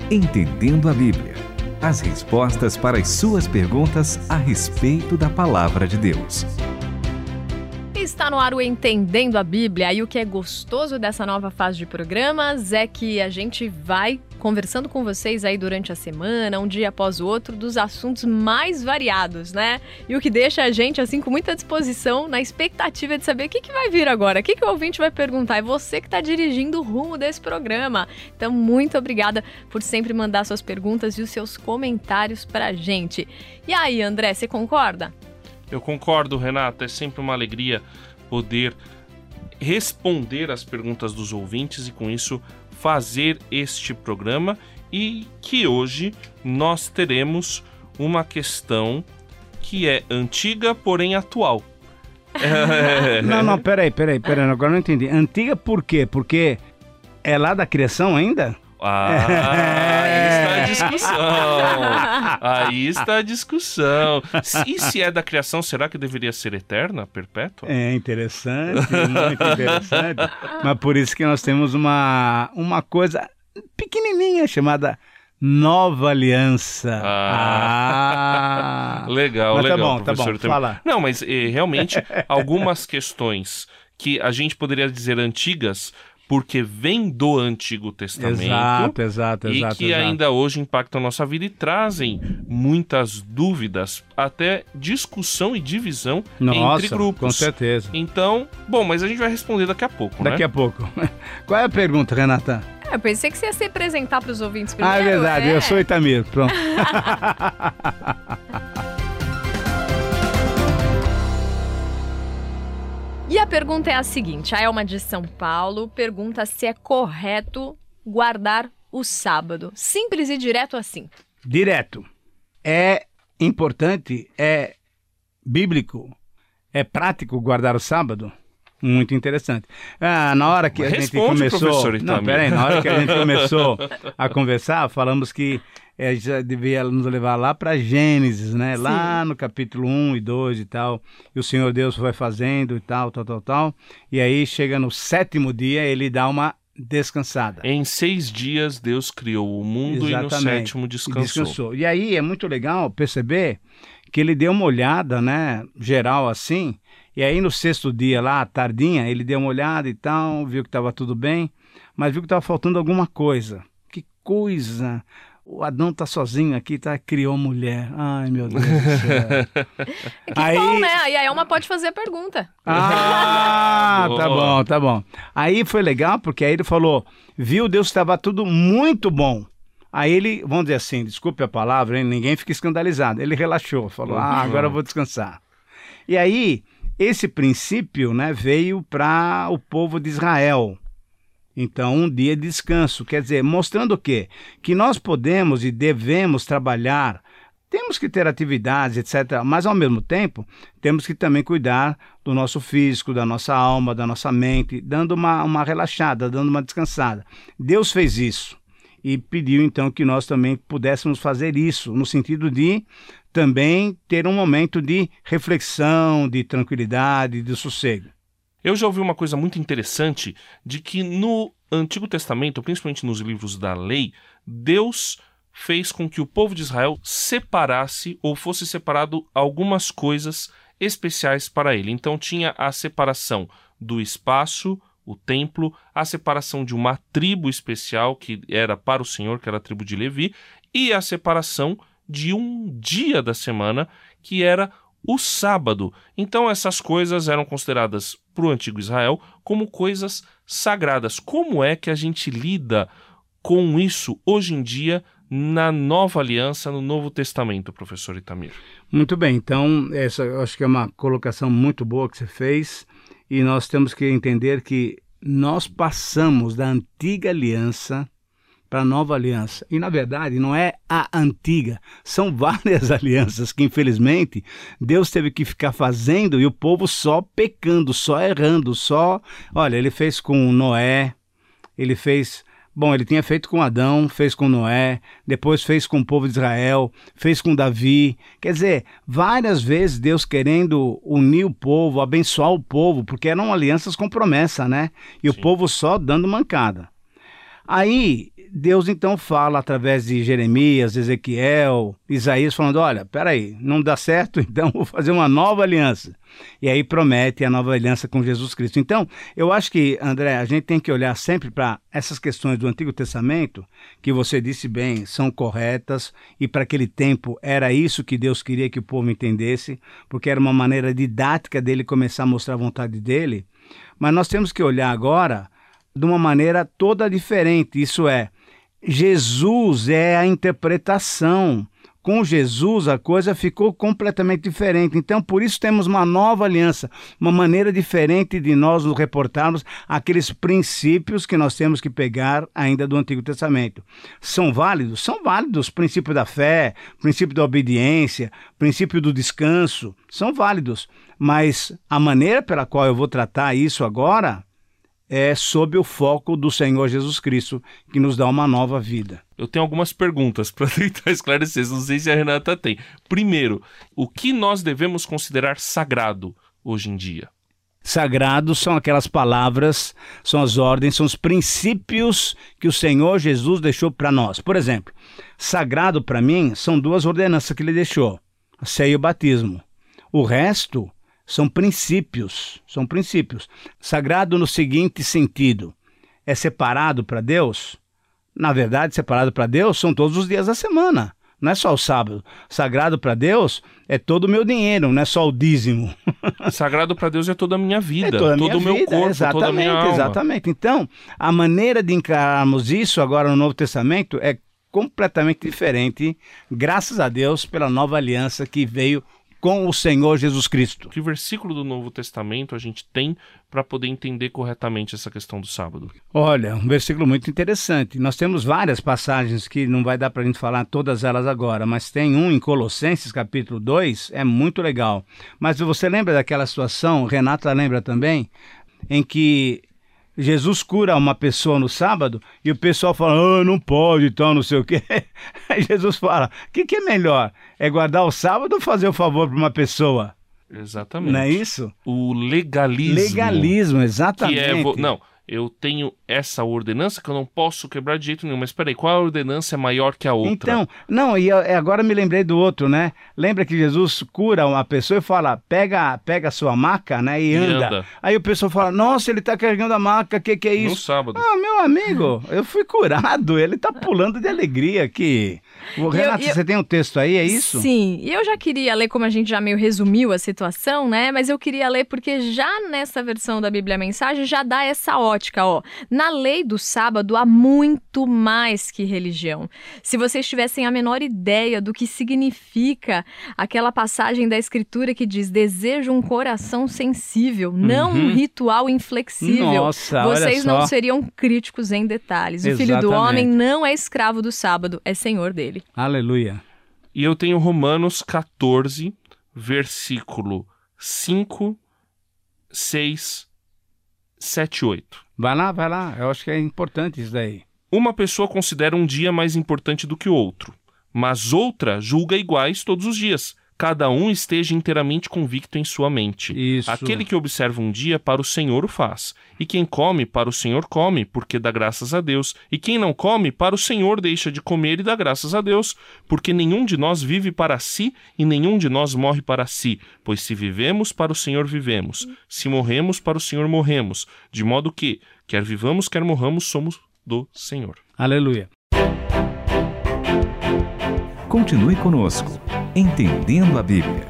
Entendendo a Bíblia. As respostas para as suas perguntas a respeito da Palavra de Deus. Está no ar o Entendendo a Bíblia, e o que é gostoso dessa nova fase de programas é que a gente vai conversando com vocês aí durante a semana, um dia após o outro, dos assuntos mais variados, né? E o que deixa a gente, assim, com muita disposição, na expectativa de saber o que vai vir agora, o que o ouvinte vai perguntar. É você que está dirigindo o rumo desse programa. Então, muito obrigada por sempre mandar suas perguntas e os seus comentários pra gente. E aí, André, você concorda? Eu concordo, Renata, é sempre uma alegria poder responder às perguntas dos ouvintes e com isso fazer este programa, e que hoje nós teremos uma questão que é antiga, porém atual. Não, peraí, agora não entendi. Antiga por quê? Porque é lá da criação ainda? Aí está a discussão. E se é da criação, será que deveria ser eterna, perpétua? É interessante, muito interessante. Mas por isso que nós temos uma coisa pequenininha chamada Nova Aliança. Legal, mas legal, tá bom, fala. Não, mas realmente algumas questões que a gente poderia dizer antigas, porque vem do Antigo Testamento. Exato. E que ainda hoje impactam a nossa vida e trazem muitas dúvidas, até discussão e divisão entre grupos. Com certeza. Então, bom, mas a gente vai responder daqui a pouco, né? Daqui a pouco. Qual é a pergunta, Renata? Eu pensei que você ia se apresentar para os ouvintes primeiro. É verdade, eu sou Itamir, pronto. E a pergunta é a seguinte, a Elma de São Paulo pergunta se é correto guardar o sábado. Simples e direto assim. Direto. É importante, é bíblico, é prático guardar o sábado? Muito interessante. Na hora que a gente começou... Na hora que a gente começou a conversar, falamos que já devia nos levar lá para Gênesis, né? Sim. Lá no capítulo 1 e 2 e tal. E o Senhor Deus vai fazendo e tal. E aí chega no 7º dia, ele dá uma descansada. Em 6 dias Deus criou o mundo. Exatamente. E no 7º descansou. E aí é muito legal perceber que ele deu uma olhada, né? Geral assim. E aí no 6º dia lá, à tardinha, ele deu uma olhada e tal, viu que estava tudo bem, mas viu que estava faltando alguma coisa. Que coisa! O Adão tá sozinho aqui, criou mulher. Ai, meu Deus do céu. Que bom, né? Aí a Elma pode fazer a pergunta. Tá bom. Aí foi legal, porque aí ele falou, viu, Deus estava tudo muito bom. Aí ele, vamos dizer assim, desculpe a palavra, hein, ninguém fica escandalizado. Ele relaxou, falou, agora eu vou descansar. E aí, esse princípio, né, veio para o povo de Israel. Então, um dia de descanso, quer dizer, mostrando o quê? Que nós podemos e devemos trabalhar, temos que ter atividades, etc., mas ao mesmo tempo, temos que também cuidar do nosso físico, da nossa alma, da nossa mente, dando uma relaxada, dando uma descansada. Deus fez isso e pediu então que nós também pudéssemos fazer isso, no sentido de também ter um momento de reflexão, de tranquilidade, de sossego. Eu já ouvi uma coisa muito interessante de que no Antigo Testamento, principalmente nos livros da lei, Deus fez com que o povo de Israel separasse ou fosse separado algumas coisas especiais para ele. Então tinha a separação do espaço, o templo, a separação de uma tribo especial que era para o Senhor, que era a tribo de Levi, e a separação de um dia da semana que era o sábado. Então essas coisas eram consideradas para o antigo Israel como coisas sagradas. Como é que a gente lida com isso hoje em dia na Nova Aliança, no Novo Testamento, professor Itamir? Muito bem, então essa eu acho que é uma colocação muito boa que você fez, e nós temos que entender que nós passamos da antiga aliança para a nova aliança. E, na verdade, não é a antiga. São várias alianças que, infelizmente, Deus teve que ficar fazendo e o povo só pecando, só errando, só... Olha, ele fez com Noé, ele fez... Bom, ele tinha feito com Adão, fez com Noé, depois fez com o povo de Israel, fez com Davi. Quer dizer, várias vezes Deus querendo unir o povo, abençoar o povo, porque eram alianças com promessa, né? E o povo só dando mancada. Aí, Deus então fala através de Jeremias, Ezequiel, Isaías, falando, olha, peraí, não dá certo, então vou fazer uma nova aliança. E aí promete a nova aliança com Jesus Cristo. Então, eu acho que, André, a gente tem que olhar sempre para essas questões do Antigo Testamento, que você disse bem, são corretas, e para aquele tempo era isso que Deus queria que o povo entendesse, porque era uma maneira didática dele começar a mostrar a vontade dele. Mas nós temos que olhar agora de uma maneira toda diferente, isso é, Jesus é a interpretação. Com Jesus a coisa ficou completamente diferente. Então, por isso temos uma nova aliança, uma maneira diferente de nós nos reportarmos àqueles princípios que nós temos que pegar ainda do Antigo Testamento. São válidos? São válidos. Princípio da fé, princípio da obediência, princípio do descanso, são válidos. Mas a maneira pela qual eu vou tratar isso agora é sob o foco do Senhor Jesus Cristo, que nos dá uma nova vida. Eu tenho algumas perguntas para tentar esclarecer, não sei se a Renata tem. Primeiro, o que nós devemos considerar sagrado hoje em dia? Sagrados são aquelas palavras, são as ordens, são os princípios que o Senhor Jesus deixou para nós. Por exemplo, sagrado para mim são 2 ordenanças que ele deixou, a ceia e o batismo. O resto são princípios, são princípios. Sagrado no seguinte sentido, é separado para Deus? Na verdade, separado para Deus são todos os dias da semana, não é só o sábado. Sagrado para Deus é todo o meu dinheiro, não é só o dízimo. Sagrado para Deus é toda a minha vida, todo o meu corpo, toda a minha alma. Exatamente. Então, a maneira de encararmos isso agora no Novo Testamento é completamente diferente, graças a Deus pela nova aliança que veio com o Senhor Jesus Cristo. Que versículo do Novo Testamento a gente tem para poder entender corretamente essa questão do sábado? Olha, um versículo muito interessante. Nós temos várias passagens que não vai dar para a gente falar todas elas agora, mas tem um em Colossenses, capítulo 2, é muito legal. Mas você lembra daquela situação, Renata lembra também, em que Jesus cura uma pessoa no sábado e o pessoal fala, não pode, então não sei o quê. Aí Jesus fala, o que é melhor? É guardar o sábado ou fazer o favor para uma pessoa? Exatamente. Não é isso? O legalismo. Legalismo, exatamente. Não, eu tenho essa ordenança que eu não posso quebrar de jeito nenhum. Mas espera aí, qual ordenança é maior que a outra? Então, não, e agora me lembrei do outro, né? Lembra que Jesus cura uma pessoa e fala, pega a sua maca, né, e anda. Aí o pessoal fala, nossa, ele tá carregando a maca, que é isso? No sábado. Ah, meu amigo, eu fui curado, ele tá pulando de alegria aqui. Renata, você tem um texto aí, é isso? Sim, e eu já queria ler, como a gente já meio resumiu a situação, né? Mas eu queria ler porque já nessa versão da Bíblia Mensagem já dá essa ótica, ó. Na lei do sábado há muito mais que religião. Se vocês tivessem a menor ideia do que significa aquela passagem da Escritura que diz, desejo um coração sensível, não um ritual inflexível. Nossa, vocês olha só. não seriam críticos em detalhes. O Filho do Homem não é escravo do sábado, é senhor dele. Aleluia. E eu tenho Romanos 14, versículo 5, 6, 7 e 8. Vai lá. Eu acho que é importante isso daí. Uma pessoa considera um dia mais importante do que o outro, mas outra julga iguais todos os dias. Cada um esteja inteiramente convicto em sua mente. Isso. Aquele que observa um dia, para o Senhor o faz. E quem come, para o Senhor come, porque dá graças a Deus. E quem não come, para o Senhor deixa de comer e dá graças a Deus. Porque nenhum de nós vive para si e nenhum de nós morre para si. Pois se vivemos, para o Senhor vivemos. Se morremos, para o Senhor morremos. De modo que, quer vivamos, quer morramos, somos do Senhor. Aleluia. Continue conosco, Entendendo a Bíblia.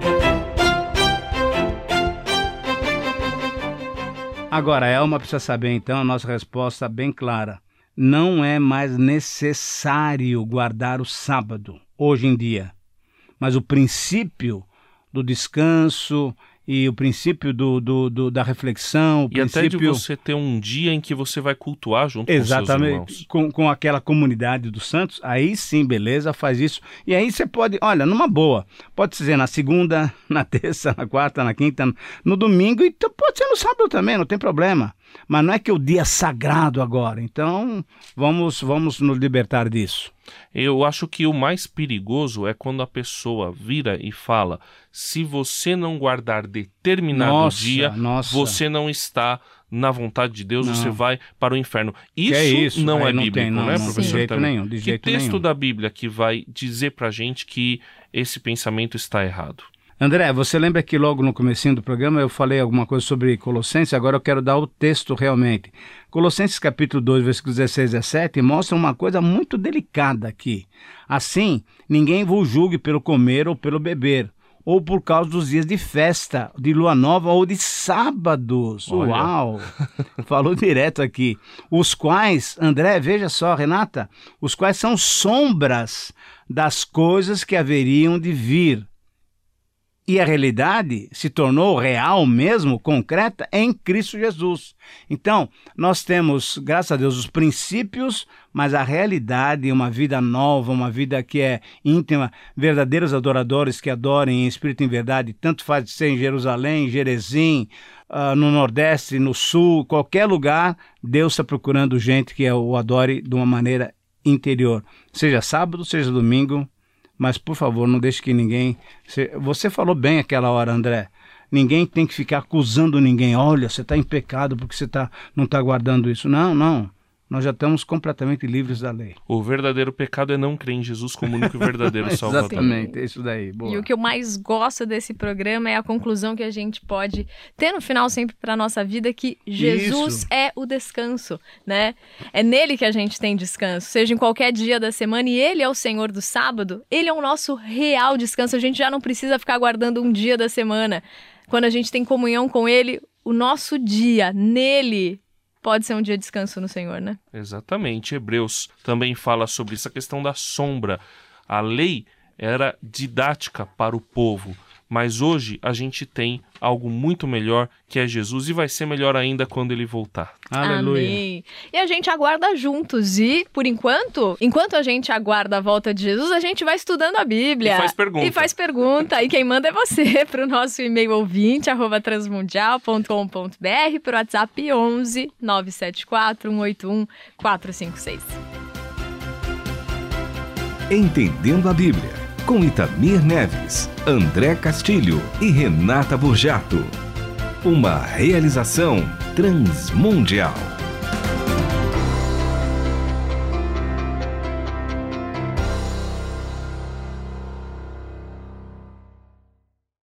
Agora, Elma precisa saber, então, a nossa resposta bem clara. Não é mais necessário guardar o sábado, hoje em dia. Mas o princípio do descanso e o princípio da reflexão, o e princípio... até de você ter um dia em que você vai cultuar junto com seus irmãos. Com aquela comunidade dos santos, aí sim, beleza, faz isso. E aí você pode, olha, numa boa, pode ser na segunda, na terça, na quarta, na quinta, no domingo, e pode ser no sábado também, não tem problema. Mas não é que é o dia sagrado agora, então vamos nos libertar disso. Eu acho que o mais perigoso é quando a pessoa vira e fala, se você não guardar determinado dia, você não está na vontade de Deus, Não. você vai para o inferno. Isso não aí é não bíblico, tem, não, né, não, professor? de jeito Tamir? nenhum, de Que jeito texto nenhum. da Bíblia que vai dizer pra gente que esse pensamento está errado? André, você lembra que logo no comecinho do programa eu falei alguma coisa sobre Colossenses? Agora eu quero dar o texto realmente. Colossenses capítulo 2, versículos 16 e 17 mostra uma coisa muito delicada aqui. Assim, ninguém vos julgue pelo comer ou pelo beber, ou por causa dos dias de festa, de lua nova ou de sábados. Olha. Uau! Falou direto aqui. Os quais, André, veja só, Renata, os quais são sombras das coisas que haveriam de vir. E a realidade se tornou real mesmo, concreta, em Cristo Jesus. Então, nós temos, graças a Deus, os princípios, mas a realidade, uma vida nova, uma vida que é íntima, verdadeiros adoradores que adorem em espírito e em verdade, tanto faz ser em Jerusalém, em Jerezim, no Nordeste, no Sul, qualquer lugar, Deus está procurando gente que o adore de uma maneira interior. Seja sábado, seja domingo, mas, por favor, não deixe que ninguém... Você falou bem aquela hora, André. Ninguém tem que ficar acusando ninguém. Olha, você está em pecado porque você não está guardando isso. Não, não. Nós já estamos completamente livres da lei. O verdadeiro pecado é não crer em Jesus como único e verdadeiro Salvador. Exatamente, é isso daí. Boa. E o que eu mais gosto desse programa é a conclusão que a gente pode ter no final sempre para a nossa vida, que Jesus Isso. é o descanso, né? É nele que a gente tem descanso, seja em qualquer dia da semana, e ele é o Senhor do sábado, ele é o nosso real descanso. A gente já não precisa ficar aguardando um dia da semana. Quando a gente tem comunhão com ele, o nosso dia nele pode ser um dia de descanso no Senhor, né? Exatamente. Hebreus também fala sobre essa questão da sombra. A lei era didática para o povo, mas hoje a gente tem algo muito melhor, que é Jesus, e vai ser melhor ainda quando ele voltar. Aleluia. Amém. E a gente aguarda juntos. E, por enquanto a gente aguarda a volta de Jesus, a gente vai estudando a Bíblia. E faz pergunta. E quem manda é você, para o nosso e-mail ouvinte@transmundial.com.br, para o WhatsApp 11 974 181 456. Entendendo a Bíblia, com Itamir Neves, André Castilho e Renata Burjato. Uma realização Transmundial.